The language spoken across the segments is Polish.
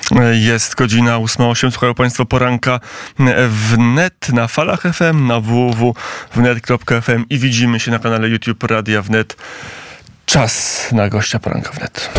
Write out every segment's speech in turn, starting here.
Jest godzina 8:08. Słuchają Państwo poranka wnet na falach FM, na www.wnet.fm i widzimy się na kanale YouTube Radia Wnet. Czas na gościa poranka wnet.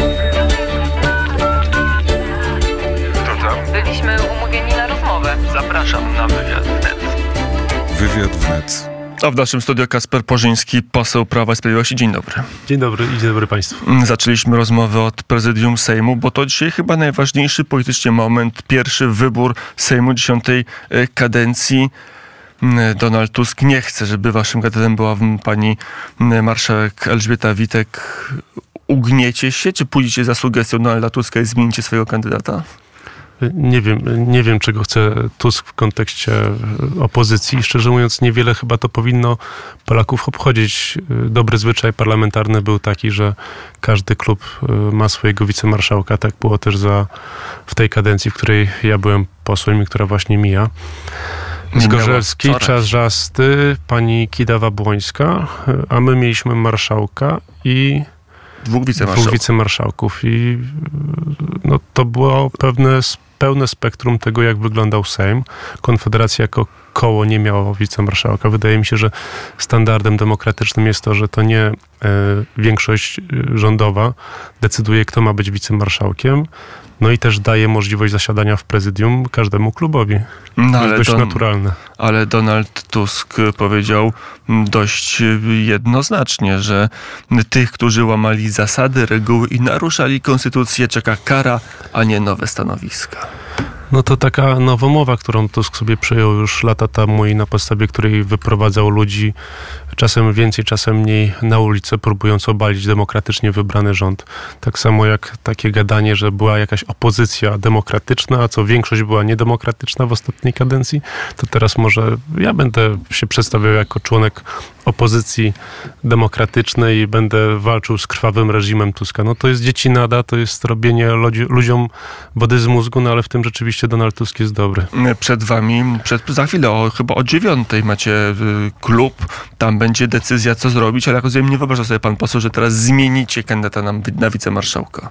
Kto tam? Byliśmy umówieni na rozmowę. Zapraszam na wywiad wnet. Wywiad wnet. A w naszym studiu Kasper Porzyński, poseł Prawa i Sprawiedliwości. Dzień dobry. Dzień dobry i dzień dobry Państwu. Zaczęliśmy rozmowę od prezydium Sejmu, bo to dzisiaj chyba najważniejszy politycznie moment. Pierwszy wybór Sejmu 10. kadencji. Donald Tusk nie chce, żeby waszym kandydatem była pani marszałek Elżbieta Witek. Ugniecie się, czy pójdziecie za sugestią Donalda Tuska i zmienicie swojego kandydata? Nie wiem, czego chce Tusk w kontekście opozycji. Szczerze mówiąc, niewiele chyba to powinno Polaków obchodzić. Dobry zwyczaj parlamentarny był taki, że każdy klub ma swojego wicemarszałka. Tak było też w tej kadencji, w której ja byłem posłem i która właśnie mija. Zgorzelski, Czarzasty, pani Kidawa-Błońska, a my mieliśmy marszałka i dwóch wicemarszałków. I no, to było pełne spektrum tego, jak wyglądał Sejm. Konfederacja jako koło nie miało wicemarszałka. Wydaje mi się, że standardem demokratycznym jest to, że to nie większość rządowa decyduje, kto ma być wicemarszałkiem. No i też daje możliwość zasiadania w prezydium każdemu klubowi. To jest dość naturalne. Ale Donald Tusk powiedział dość jednoznacznie, że tych, którzy łamali zasady, reguły i naruszali konstytucję, czeka kara, a nie nowe stanowiska. No to taka nowomowa, którą Tusk sobie przyjął już lata temu i na podstawie której wyprowadzał ludzi czasem więcej, czasem mniej na ulicę, próbując obalić demokratycznie wybrany rząd. Tak samo jak takie gadanie, że była jakaś opozycja demokratyczna, a co większość była niedemokratyczna w ostatniej kadencji, to teraz może ja będę się przedstawiał jako członek opozycji demokratycznej i będę walczył z krwawym reżimem Tuska. No to jest dziecinada, to jest robienie ludziom wody z mózgu, no ale w tym rzeczywiście Donald Tusk jest dobry. Przed wami, za chwilę, chyba o 9:00 macie klub, tam będzie decyzja, co zrobić, ale jak rozumiem, nie wyobraża sobie pan poseł, że teraz zmienicie kandydata na wicemarszałka.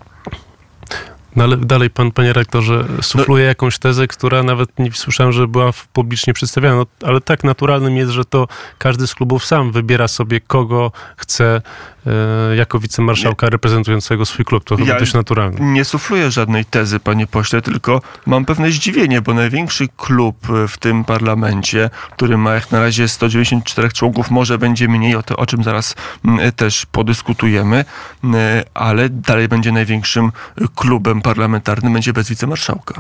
No ale dalej pan, panie rektorze, sufluje jakąś tezę, która nawet nie słyszałem, że była publicznie przedstawiana. No, ale tak naturalnym jest, że to każdy z klubów sam wybiera sobie, kogo chce jako wicemarszałka reprezentującego swój klub. To chyba dość naturalne. Nie sufluję żadnej tezy, panie pośle, tylko mam pewne zdziwienie, bo największy klub w tym parlamencie, który ma jak na razie 194 członków, może będzie mniej, o czym zaraz też podyskutujemy, ale dalej będzie największym klubem parlamentarnym, będzie bez wicemarszałka.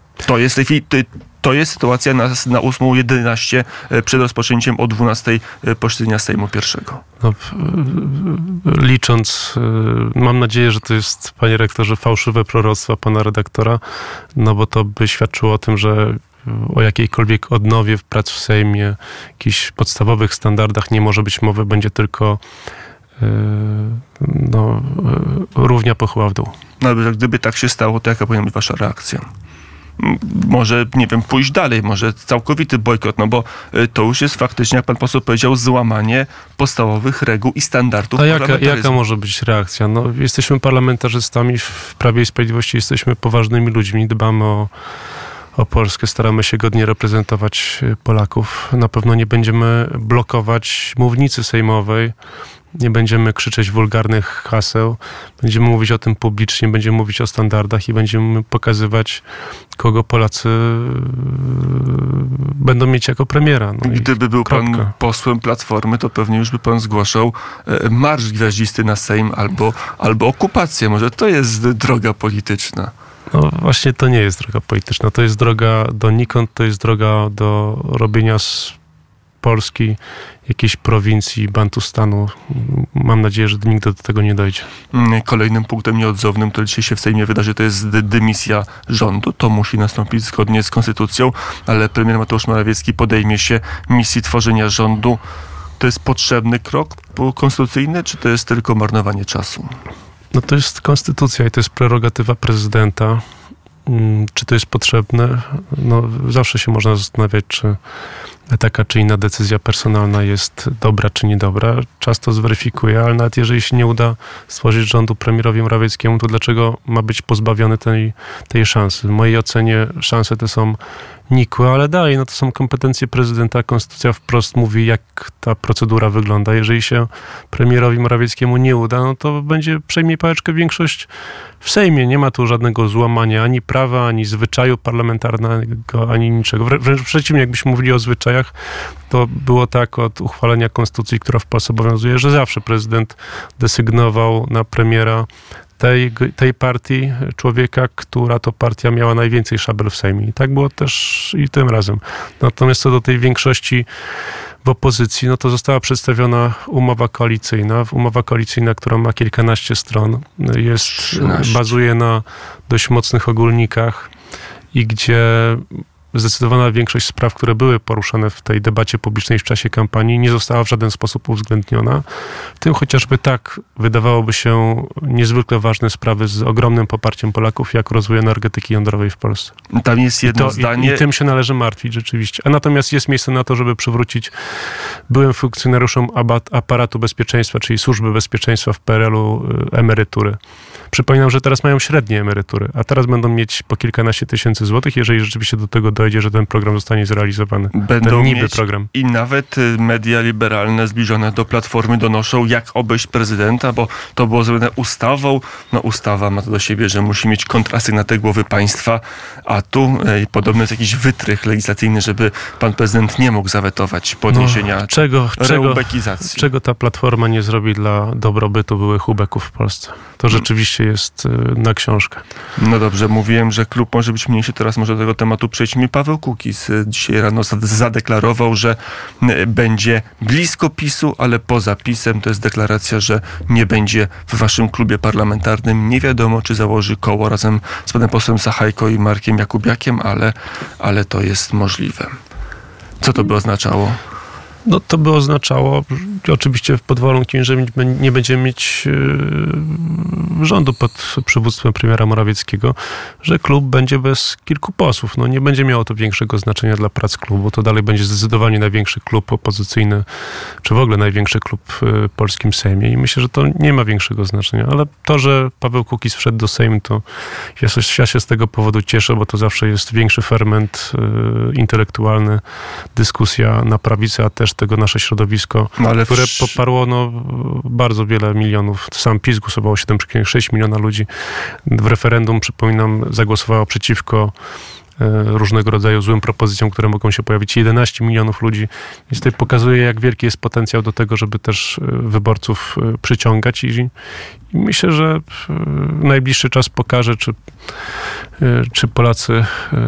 To jest sytuacja na 8:11 przed rozpoczęciem o 12:00 posiedzenia Sejmu pierwszego. No, licząc, mam nadzieję, że to jest, panie rektorze, fałszywe proroctwa pana redaktora, no bo to by świadczyło o tym, że o jakiejkolwiek odnowie prac w Sejmie, jakichś podstawowych standardach nie może być mowy, będzie tylko równia pochyła w dół. No ale gdyby tak się stało, to jaka powinna być wasza reakcja? Może, nie wiem, pójść dalej, może całkowity bojkot, no bo to już jest faktycznie, jak pan poseł powiedział, złamanie podstawowych reguł i standardów parlamentaryzmu. Jaka może być reakcja? No, jesteśmy parlamentarzystami, w Prawie i Sprawiedliwości jesteśmy poważnymi ludźmi, dbamy o Polskę, staramy się godnie reprezentować Polaków. Na pewno nie będziemy blokować mównicy sejmowej, nie będziemy krzyczeć wulgarnych haseł, będziemy mówić o tym publicznie, będziemy mówić o standardach i będziemy pokazywać, kogo Polacy będą mieć jako premiera. No gdyby był pan posłem Platformy, to pewnie już by pan zgłaszał marsz gwiaździsty na Sejm albo okupację. Może to jest droga polityczna. No właśnie to nie jest droga polityczna. To jest droga donikąd, to jest droga do robienia z Polski jakiejś prowincji Bantustanu. Mam nadzieję, że nigdy do tego nie dojdzie. Kolejnym punktem nieodzownym, który dzisiaj się w Sejmie wydarzy, to jest dymisja rządu. To musi nastąpić zgodnie z konstytucją, ale premier Mateusz Morawiecki podejmie się misji tworzenia rządu. To jest potrzebny krok konstytucyjny, czy to jest tylko marnowanie czasu? No to jest konstytucja i to jest prerogatywa prezydenta. Czy to jest potrzebne? No zawsze się można zastanawiać, czy taka czy inna decyzja personalna jest dobra czy niedobra. Czas to zweryfikuje, ale nawet jeżeli się nie uda stworzyć rządu premierowi Morawieckiemu, to dlaczego ma być pozbawiony tej szansy? W mojej ocenie szanse te są nikłe, ale dalej, to są kompetencje prezydenta. Konstytucja wprost mówi, jak ta procedura wygląda. Jeżeli się premierowi Morawieckiemu nie uda, to przejmie pałeczkę większość w Sejmie. Nie ma tu żadnego złamania ani prawa, ani zwyczaju parlamentarnego, ani niczego. Wręcz przeciwnie, jakbyśmy mówili o zwyczajach, to było tak od uchwalenia konstytucji, która w Polsce obowiązuje, że zawsze prezydent desygnował na premiera tej partii człowieka, która to partia miała najwięcej szabel w Sejmie. I tak było też i tym razem. Natomiast co do tej większości w opozycji, to została przedstawiona umowa koalicyjna. Umowa koalicyjna, która ma kilkanaście stron, bazuje na dość mocnych ogólnikach i gdzie zdecydowana większość spraw, które były poruszane w tej debacie publicznej w czasie kampanii, nie została w żaden sposób uwzględniona. W tym chociażby tak wydawałoby się niezwykle ważne sprawy z ogromnym poparciem Polaków, jak rozwój energetyki jądrowej w Polsce. Tam jest jedno zdanie. I tym się należy martwić rzeczywiście. A natomiast jest miejsce na to, żeby przywrócić byłym funkcjonariuszom aparatu bezpieczeństwa, czyli służby bezpieczeństwa w PRL-u emerytury. Przypominam, że teraz mają średnie emerytury, a teraz będą mieć po kilkanaście tysięcy złotych, jeżeli rzeczywiście do tego dojdzie, że ten program zostanie zrealizowany. Będą mieć program. I nawet media liberalne zbliżone do Platformy donoszą, jak obejść prezydenta, bo to było zrobione ustawą. Ustawa ma to do siebie, że musi mieć kontrasygnatę głowy państwa, a tu podobno jest jakiś wytrych legislacyjny, żeby pan prezydent nie mógł zawetować podniesienia reubekizacji. Czego ta Platforma nie zrobi dla dobrobytu byłych ubeków w Polsce? To rzeczywiście jest na książkę. No dobrze, mówiłem, że klub może być mniejszy, teraz może do tego tematu przejdźmy. Paweł Kukiz dzisiaj rano zadeklarował, że będzie blisko PiS-u, ale poza PiS-em. To jest deklaracja, że nie będzie w waszym klubie parlamentarnym. Nie wiadomo, czy założy koło razem z panem posłem Sachajko i Markiem Jakubiakiem, ale to jest możliwe. Co to by oznaczało? To by oznaczało, oczywiście pod warunkiem, że nie będziemy mieć rządu pod przywództwem premiera Morawieckiego, że klub będzie bez kilku posłów. Nie będzie miało to większego znaczenia dla prac klubu. To dalej będzie zdecydowanie największy klub opozycyjny, czy w ogóle największy klub w polskim Sejmie. I myślę, że to nie ma większego znaczenia. Ale to, że Paweł Kukiz wszedł do Sejmu, to ja się z tego powodu cieszę, bo to zawsze jest większy ferment intelektualny, dyskusja na prawicy, a też tego nasze środowisko, które poparło bardzo wiele milionów. Sam PiS głosowało 7,6 miliona ludzi. W referendum, przypominam, zagłosowało przeciwko różnego rodzaju złym propozycjom, które mogą się pojawić. 11 milionów ludzi. Więc to pokazuje, jak wielki jest potencjał do tego, żeby też wyborców przyciągać i myślę, że najbliższy czas pokaże, czy Polacy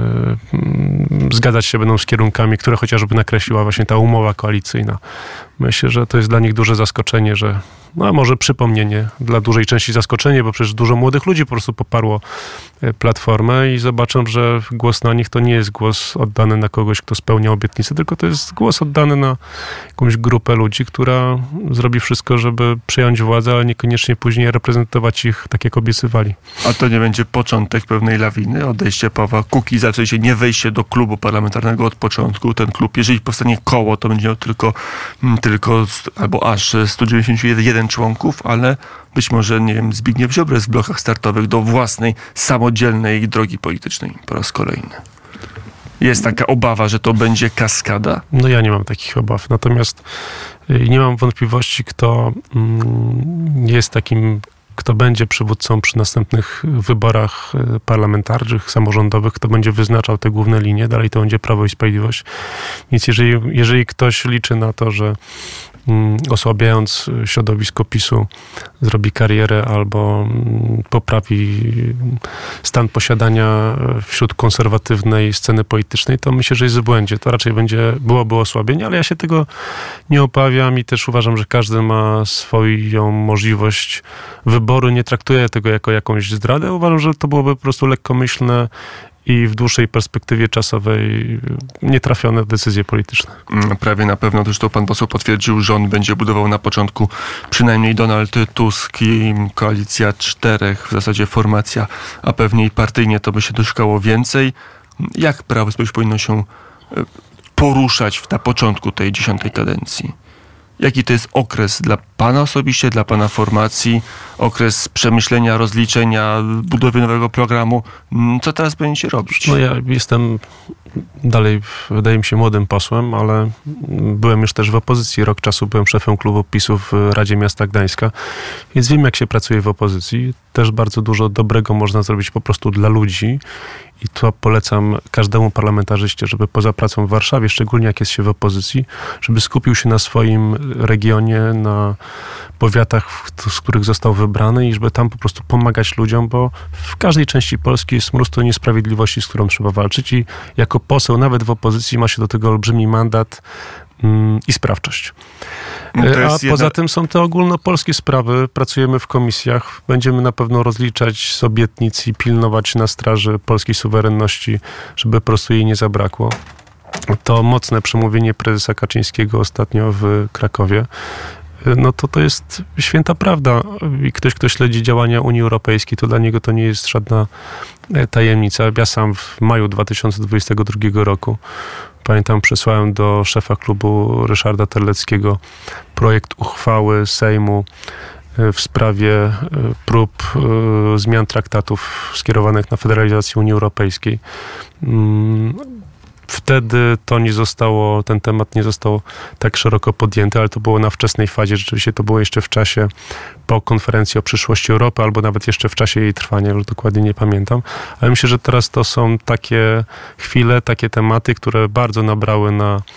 zgadzać się będą z kierunkami, które chociażby nakreśliła właśnie ta umowa koalicyjna. Myślę, że to jest dla nich duże zaskoczenie, że może przypomnienie, dla dużej części zaskoczenie, bo przecież dużo młodych ludzi po prostu poparło Platformę i zobaczą, że głos na nich to nie jest głos oddany na kogoś, kto spełnia obietnice, tylko to jest głos oddany na jakąś grupę ludzi, która zrobi wszystko, żeby przejąć władzę, ale niekoniecznie później reprezentować ich tak, jak obiecywali. A to nie będzie początek pewnej lawiny? Odejście Pawła Kukiza, czyli się nie wejście do klubu parlamentarnego od początku. Ten klub, jeżeli powstanie koło, to będzie miał tylko albo aż 191 członków, ale być może, Zbigniew Ziobro jest w blokach startowych do własnej, samodzielnej drogi politycznej po raz kolejny. Jest taka obawa, że to będzie kaskada? Ja nie mam takich obaw. Natomiast nie mam wątpliwości, kto jest takim, kto będzie przywódcą przy następnych wyborach parlamentarnych, samorządowych, kto będzie wyznaczał te główne linie. Dalej to będzie Prawo i Sprawiedliwość. Więc jeżeli ktoś liczy na to, że osłabiając środowisko PiS-u zrobi karierę albo poprawi stan posiadania wśród konserwatywnej sceny politycznej, to myślę, że jest w błędzie. To raczej byłoby osłabienie, ale ja się tego nie obawiam i też uważam, że każdy ma swoją możliwość wyboru. Nie traktuję tego jako jakąś zdradę. Uważam, że to byłoby po prostu lekkomyślne i w dłuższej perspektywie czasowej nietrafione decyzje polityczne. Prawie na pewno, zresztą pan poseł potwierdził, rząd będzie budował na początku przynajmniej Donald Tusk i koalicja 4, w zasadzie formacja, a pewnie i partyjnie to by się doszkało więcej. Jak Prawo i Sprawiedliwość powinno się poruszać na początku tej 10. kadencji? Jaki to jest okres dla pana osobiście, dla pana formacji, okres przemyślenia, rozliczenia, budowy nowego programu? Co teraz będziecie robić? No ja jestem dalej, wydaje mi się, młodym posłem, ale byłem już też w opozycji. Rok czasu byłem szefem klubu PiS-u w Radzie Miasta Gdańska, więc wiem, jak się pracuje w opozycji. Też bardzo dużo dobrego można zrobić po prostu dla ludzi. I to polecam każdemu parlamentarzyście, żeby poza pracą w Warszawie, szczególnie jak jest się w opozycji, żeby skupił się na swoim regionie, na powiatach, z których został wybrany i żeby tam po prostu pomagać ludziom, bo w każdej części Polski jest mnóstwo niesprawiedliwości, z którą trzeba walczyć i jako poseł, nawet w opozycji, ma się do tego olbrzymi mandat i sprawczość. Poza tym są te ogólnopolskie sprawy. Pracujemy w komisjach. Będziemy na pewno rozliczać z obietnic i pilnować na straży polskiej suwerenności, żeby po prostu jej nie zabrakło. To mocne przemówienie prezesa Kaczyńskiego ostatnio w Krakowie. No to jest święta prawda. I ktoś, kto śledzi działania Unii Europejskiej, to dla niego to nie jest żadna tajemnica. Ja sam w maju 2022 roku, pamiętam, przesłałem do szefa klubu Ryszarda Terleckiego projekt uchwały Sejmu w sprawie prób zmian traktatów skierowanych na federalizację Unii Europejskiej. Wtedy ten temat nie został tak szeroko podjęty, ale to było na wczesnej fazie. Rzeczywiście to było jeszcze w czasie po konferencji o przyszłości Europy, albo nawet jeszcze w czasie jej trwania, już dokładnie nie pamiętam. Ale myślę, że teraz to są takie chwile, takie tematy, które bardzo nabrały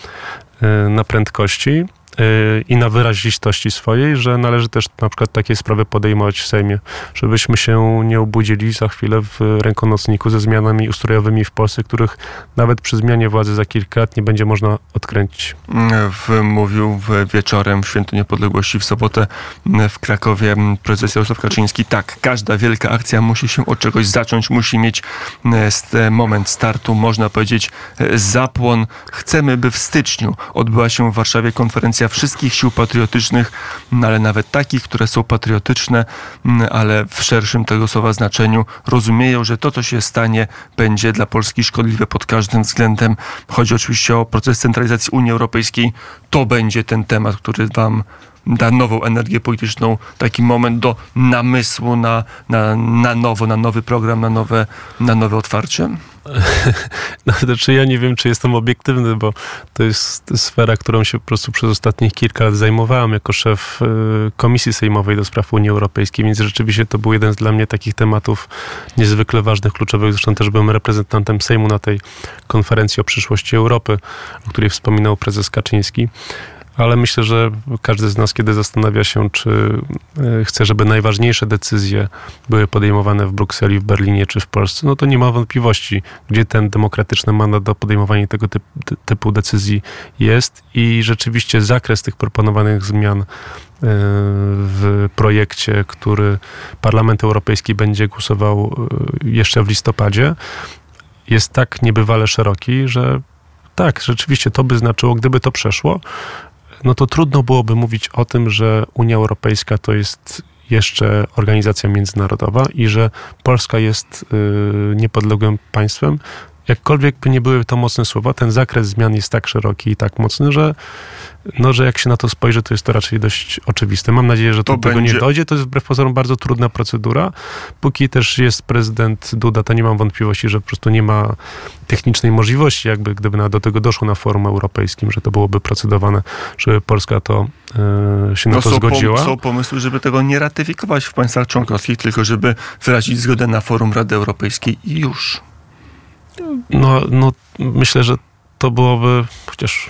na prędkości i na wyrazistości swojej, że należy też na przykład takie sprawy podejmować w Sejmie, żebyśmy się nie obudzili za chwilę w rękonocniku ze zmianami ustrojowymi w Polsce, których nawet przy zmianie władzy za kilka lat nie będzie można odkręcić. Mówił wieczorem w Święto Niepodległości w sobotę w Krakowie prezes Jarosław Kaczyński. Tak, każda wielka akcja musi się od czegoś zacząć, musi mieć moment startu, można powiedzieć zapłon. Chcemy, by w styczniu odbyła się w Warszawie konferencja wszystkich sił patriotycznych, ale nawet takich, które są patriotyczne, ale w szerszym tego słowa znaczeniu rozumieją, że to, co się stanie, będzie dla Polski szkodliwe pod każdym względem. Chodzi oczywiście o proces centralizacji Unii Europejskiej. To będzie ten temat, który wam da nową energię polityczną, taki moment do namysłu na nowo, na nowy program, na nowe otwarcie? No, znaczy ja nie wiem, czy jestem obiektywny, bo to jest sfera, którą się po prostu przez ostatnich kilka lat zajmowałem jako szef Komisji Sejmowej do spraw Unii Europejskiej, więc rzeczywiście to był jeden z dla mnie takich tematów niezwykle ważnych, kluczowych. Zresztą też byłem reprezentantem Sejmu na tej konferencji o przyszłości Europy, o której wspominał prezes Kaczyński. Ale myślę, że każdy z nas, kiedy zastanawia się, czy chce, żeby najważniejsze decyzje były podejmowane w Brukseli, w Berlinie czy w Polsce, no to nie ma wątpliwości, gdzie ten demokratyczny mandat do podejmowania tego typu decyzji jest i rzeczywiście zakres tych proponowanych zmian w projekcie, który Parlament Europejski będzie głosował jeszcze w listopadzie, jest tak niebywale szeroki, że tak, rzeczywiście to by znaczyło, gdyby to przeszło, no to trudno byłoby mówić o tym, że Unia Europejska to jest jeszcze organizacja międzynarodowa i że Polska jest niepodległym państwem. Jakkolwiek by nie były to mocne słowa, ten zakres zmian jest tak szeroki i tak mocny, że jak się na to spojrzy, to jest to raczej dość oczywiste. Mam nadzieję, że do tego nie dojdzie. To jest wbrew pozorom bardzo trudna procedura. Póki też jest prezydent Duda, to nie mam wątpliwości, że po prostu nie ma technicznej możliwości, gdyby do tego doszło na forum europejskim, że to byłoby procedowane, żeby Polska się na to zgodziła. Są pomysły, żeby tego nie ratyfikować w państwach członkowskich, tylko żeby wyrazić zgodę na forum Rady Europejskiej i już. No, myślę, że to byłoby, chociaż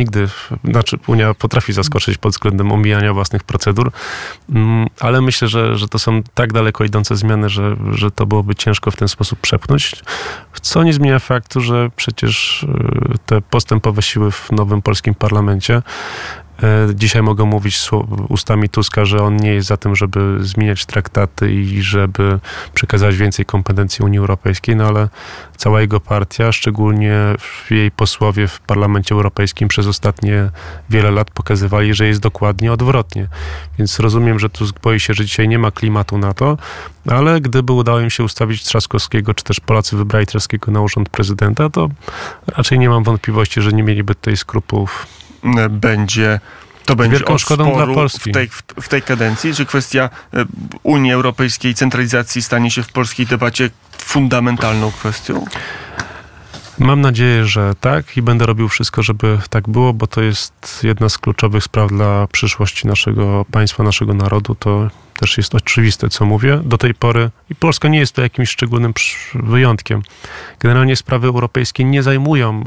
Unia potrafi zaskoczyć pod względem omijania własnych procedur, ale myślę, że to są tak daleko idące zmiany, że to byłoby ciężko w ten sposób przepchnąć, co nie zmienia faktu, że przecież te postępowe siły w nowym polskim parlamencie Dzisiaj mogą mówić ustami Tuska, że on nie jest za tym, żeby zmieniać traktaty i żeby przekazać więcej kompetencji Unii Europejskiej, no ale cała jego partia, szczególnie jej posłowie w Parlamencie Europejskim przez ostatnie wiele lat pokazywali, że jest dokładnie odwrotnie. Więc rozumiem, że Tusk boi się, że dzisiaj nie ma klimatu na to, ale gdyby udało im się ustawić Trzaskowskiego, czy też Polacy wybrali Trzaskowskiego na urząd prezydenta, to raczej nie mam wątpliwości, że nie mieliby tutaj skrupułów. To będzie wielką szkodą dla Polski. W tej kadencji, że kwestia Unii Europejskiej, centralizacji stanie się w polskiej debacie fundamentalną kwestią? Mam nadzieję, że tak i będę robił wszystko, żeby tak było, bo to jest jedna z kluczowych spraw dla przyszłości naszego państwa, naszego narodu. To też jest oczywiste, co mówię. Do tej pory, i Polska nie jest to jakimś szczególnym wyjątkiem, generalnie sprawy europejskie nie zajmują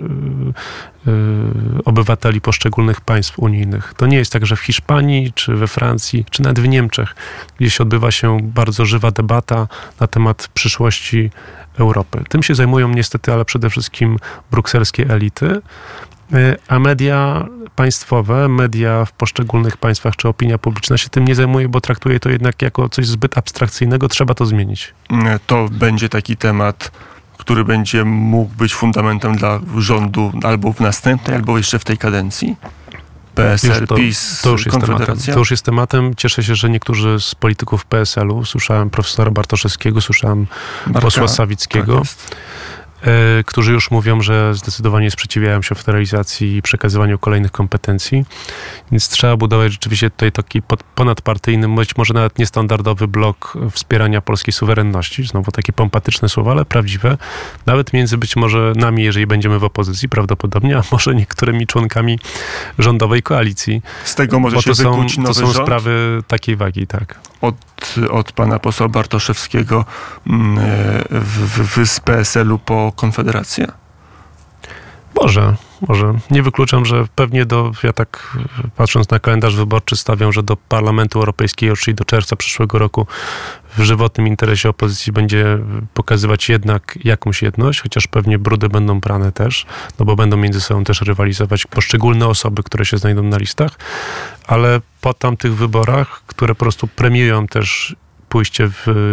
obywateli poszczególnych państw unijnych. To nie jest tak, że w Hiszpanii, czy we Francji, czy nawet w Niemczech, gdzieś odbywa się bardzo żywa debata na temat przyszłości Europy. Tym się zajmują niestety, ale przede wszystkim brukselskie elity, a media państwowe, media w poszczególnych państwach, czy opinia publiczna się tym nie zajmuje, bo traktuje to jednak jako coś zbyt abstrakcyjnego. Trzeba to zmienić. To będzie taki temat, który będzie mógł być fundamentem dla rządu albo w następnej, albo jeszcze w tej kadencji? PSL, PiS, Konfederacja? To już jest tematem. Cieszę się, że niektórzy z polityków PSL-u, słyszałem profesora Bartoszewskiego, słyszałem posła Sawickiego, którzy już mówią, że zdecydowanie sprzeciwiają się federalizacji i przekazywaniu kolejnych kompetencji. Więc trzeba budować rzeczywiście tutaj taki ponadpartyjny, być może nawet niestandardowy blok wspierania polskiej suwerenności. Znowu takie pompatyczne słowa, ale prawdziwe. Nawet między być może nami, jeżeli będziemy w opozycji, prawdopodobnie, a może niektórymi członkami rządowej koalicji. Z tego może się wykuć nowy rząd? To są sprawy takiej wagi, tak. Od pana posła Bartoszewskiego z PSL-u po Konfederację? Może. Nie wykluczam, że pewnie ja tak patrząc na kalendarz wyborczy stawiam, że do Parlamentu Europejskiego, czyli do czerwca przyszłego roku w żywotnym interesie opozycji będzie pokazywać jednak jakąś jedność, chociaż pewnie brudy będą brane też, no bo będą między sobą też rywalizować poszczególne osoby, które się znajdą na listach, ale po tamtych wyborach, które po prostu premiują też pójście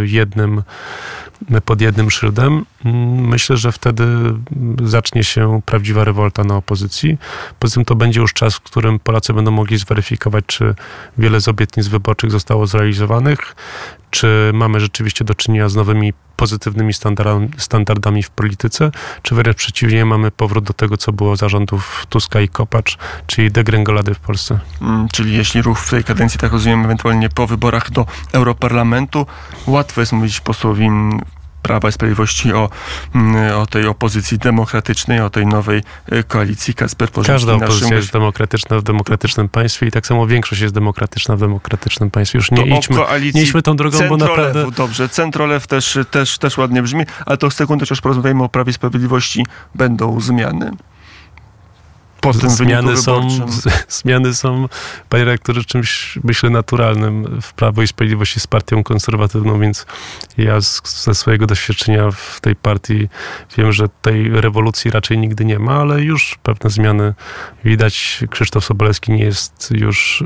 pod jednym szyldem, myślę, że wtedy zacznie się prawdziwa rewolta na opozycji. Poza tym to będzie już czas, w którym Polacy będą mogli zweryfikować, czy wiele z obietnic wyborczych zostało zrealizowanych, czy mamy rzeczywiście do czynienia z nowymi pozytywnymi standardami w polityce, czy wręcz przeciwnie, mamy powrót do tego, co było za rządów Tuska i Kopacz, czyli degrengolady w Polsce. Czyli jeśli ruch w tej kadencji, tak rozumiem, ewentualnie po wyborach do Europarlamentu, łatwo jest mówić posłowi Prawa i Sprawiedliwości o tej opozycji demokratycznej, o tej nowej koalicji. Kacper Porzycki. Każda opozycja jest demokratyczna w demokratycznym państwie i tak samo większość jest demokratyczna w demokratycznym państwie. Już nie idźmy tą drogą, bo naprawdę... Dobrze, centrolew też ładnie brzmi, ale to sekundę chociaż porozmawiajmy o Prawie i Sprawiedliwości. Będą zmiany? Zmiany są, panie redaktorze, czymś, myślę, naturalnym w Prawo i Sprawiedliwości z partią konserwatywną, więc ja ze swojego doświadczenia w tej partii wiem, że tej rewolucji raczej nigdy nie ma, ale już pewne zmiany widać. Krzysztof Sobolewski nie jest już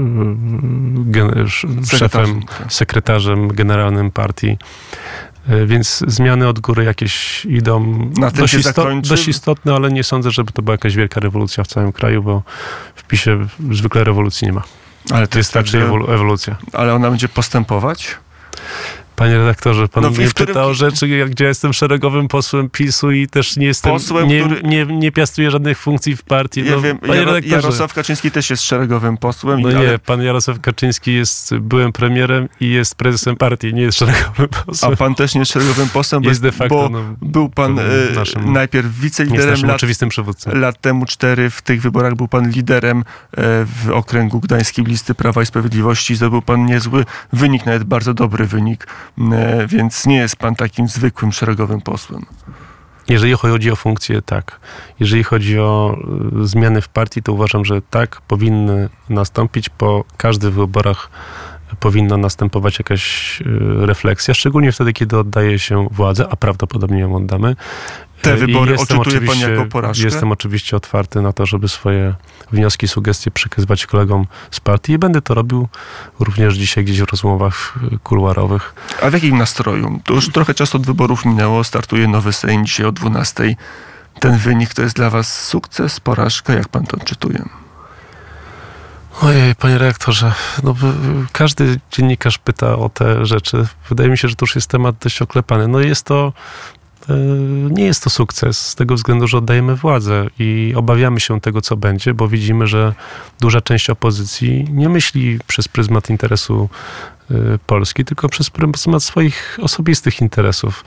sekretarzem generalnym partii. Więc zmiany od góry jakieś idą dość istotne, ale nie sądzę, żeby to była jakaś wielka rewolucja w całym kraju, bo w PiS-ie zwykle rewolucji nie ma. Ale to jest raczej ewolucja. Ale ona będzie postępować? Panie redaktorze, pan mnie pyta o rzeczy, gdzie ja jestem szeregowym posłem PiS-u i też nie jestem, nie piastuję żadnych funkcji w partii. Ja wiem, Jarosław Kaczyński też jest szeregowym posłem. Pan Jarosław Kaczyński byłem premierem i jest prezesem partii, nie jest szeregowym posłem. A pan też nie jest szeregowym posłem, jest de facto, bo był pan najpierw wiceliderem, oczywistym przywódcą. Lat temu 4 w tych wyborach był pan liderem w okręgu gdańskim listy Prawa i Sprawiedliwości. Zdobył pan niezły wynik, nawet bardzo dobry wynik. Więc nie jest pan takim zwykłym szeregowym posłem. Jeżeli chodzi o funkcję, tak. Jeżeli chodzi o zmiany w partii, to uważam, że tak, powinny nastąpić po każdych wyborach powinna następować jakaś refleksja, szczególnie wtedy, kiedy oddaje się władzę, a prawdopodobnie ją oddamy. Te wybory odczytuje pan jako porażkę? Jestem oczywiście otwarty na to, żeby swoje wnioski, sugestie przekazywać kolegom z partii i będę to robił również dzisiaj gdzieś w rozmowach kuluarowych. A w jakim nastroju? To już trochę czasu od wyborów minęło, startuje nowy Sejm dzisiaj o 12:00. Ten wynik to jest dla was sukces, porażka? Jak pan to odczytuje? Ojej, panie redaktorze, każdy dziennikarz pyta o te rzeczy. Wydaje mi się, że to już jest temat dość oklepany. Nie jest to sukces z tego względu, że oddajemy władzę i obawiamy się tego, co będzie, bo widzimy, że duża część opozycji nie myśli przez pryzmat interesu Polski, tylko przez pryzmat swoich osobistych interesów.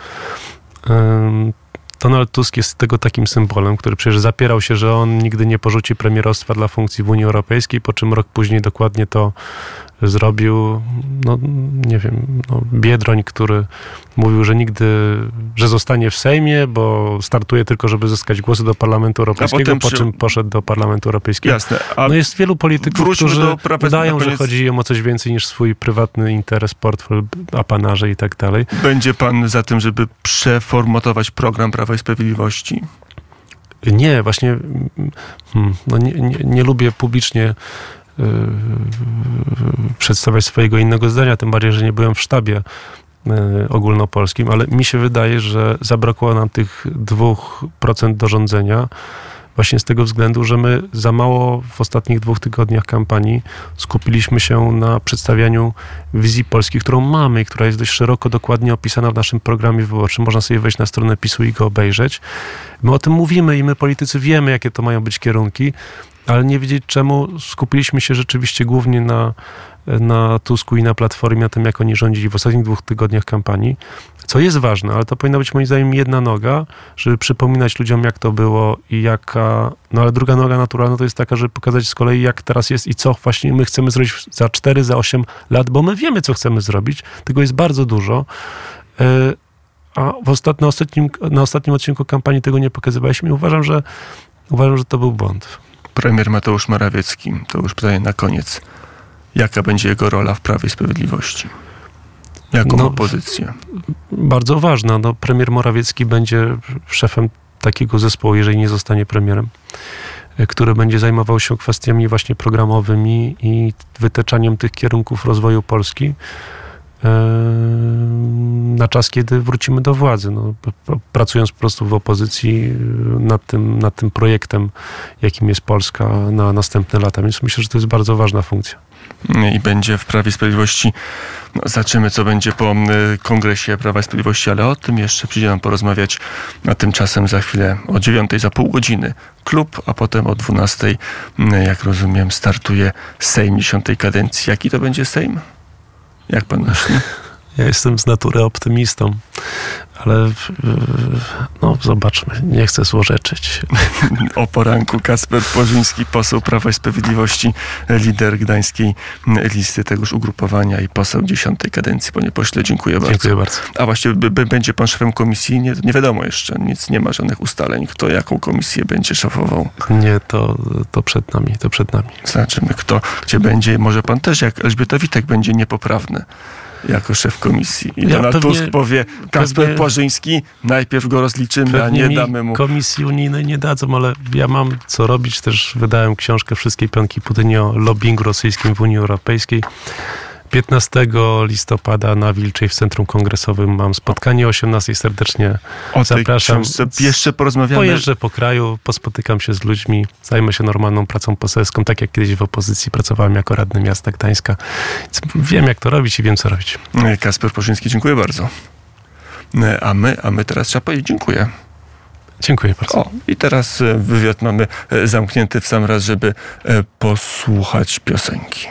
Donald Tusk jest tego takim symbolem, który przecież zapierał się, że on nigdy nie porzuci premierostwa dla funkcji w Unii Europejskiej, po czym rok później dokładnie to zrobił, Biedroń, który mówił, że że zostanie w Sejmie, bo startuje tylko, żeby zyskać głosy do Parlamentu Europejskiego, po czym poszedł do Parlamentu Europejskiego. Jasne. Jest wielu polityków, którzy udają, że chodzi im o coś więcej niż swój prywatny interes, portfel, apanarze i tak dalej. Będzie pan za tym, żeby przeformatować program Prawa i Sprawiedliwości? Nie, właśnie nie lubię publicznie przedstawiać swojego innego zdania, tym bardziej, że nie byłem w sztabie ogólnopolskim, ale mi się wydaje, że zabrakło nam tych 2% do rządzenia właśnie z tego względu, że my za mało w ostatnich 2 tygodniach kampanii skupiliśmy się na przedstawianiu wizji Polski, którą mamy i która jest dość szeroko, dokładnie opisana w naszym programie wyborczym. Można sobie wejść na stronę PiS-u i go obejrzeć. My o tym mówimy i my politycy wiemy, jakie to mają być kierunki, ale nie wiedzieć czemu skupiliśmy się rzeczywiście głównie na Tusku i na Platformie, na tym, jak oni rządzili w ostatnich 2 tygodniach kampanii, co jest ważne, ale to powinna być moim zdaniem jedna noga, żeby przypominać ludziom, jak to było i ale druga noga naturalna to jest taka, żeby pokazać z kolei, jak teraz jest i co właśnie my chcemy zrobić za 4, za 8 lat, bo my wiemy, co chcemy zrobić, tego jest bardzo dużo, a na ostatnim odcinku kampanii tego nie pokazywaliśmy i uważam, że to był błąd. Premier Mateusz Morawiecki, to już pytanie na koniec. Jaka będzie jego rola w Prawie i Sprawiedliwości? Jaką opozycję? Bardzo ważna. Premier Morawiecki będzie szefem takiego zespołu, jeżeli nie zostanie premierem, który będzie zajmował się kwestiami właśnie programowymi i wytyczaniem tych kierunków rozwoju Polski na czas, kiedy wrócimy do władzy. Pracując po prostu w opozycji nad tym projektem, jakim jest Polska na następne lata. Więc myślę, że to jest bardzo ważna funkcja. I będzie w Prawie i Sprawiedliwości. Zobaczymy, co będzie po Kongresie Prawa i Sprawiedliwości, ale o tym jeszcze przyjdzie nam porozmawiać. A tymczasem za chwilę o 9:00, za pół godziny klub, a potem o 12:00, jak rozumiem, startuje Sejm 10. kadencji. Jaki to będzie Sejm? Jak pan myśli? Ja jestem z natury optymistą, ale zobaczmy, nie chcę złorzeczyć. O poranku Kacper Płażyński, poseł Prawa i Sprawiedliwości, lider gdańskiej listy tegoż ugrupowania i poseł 10. kadencji. Panie pośle, dziękuję bardzo. Dziękuję bardzo. A właściwie będzie pan szefem komisji? Nie wiadomo jeszcze, nie ma żadnych ustaleń, kto jaką komisję będzie szefował. Nie, to przed nami. Zobaczymy, kto gdzie będzie. Może pan też, jak Elżbieta Witek, będzie niepoprawny jako szef komisji. I Donald Tusk powie, Kacper Płażyński, najpierw go rozliczymy, a nie damy mu. Komisji unijnej nie dadzą, ale ja mam co robić. Też wydałem książkę Wszystkie pionki Putynie o lobbingu rosyjskim w Unii Europejskiej. 15 listopada na Wilczej w Centrum Kongresowym mam spotkanie o 18:00. Serdecznie zapraszam. Jeszcze porozmawiamy. Pojeżdżę po kraju, pospotykam się z ludźmi, zajmę się normalną pracą poselską, tak jak kiedyś w opozycji pracowałem jako radny miasta Gdańska. Więc wiem, jak to robić i wiem, co robić. Kacper Płażyński, dziękuję bardzo. A my teraz trzeba powiedzieć dziękuję. Dziękuję bardzo. I teraz wywiad mamy zamknięty w sam raz, żeby posłuchać piosenki.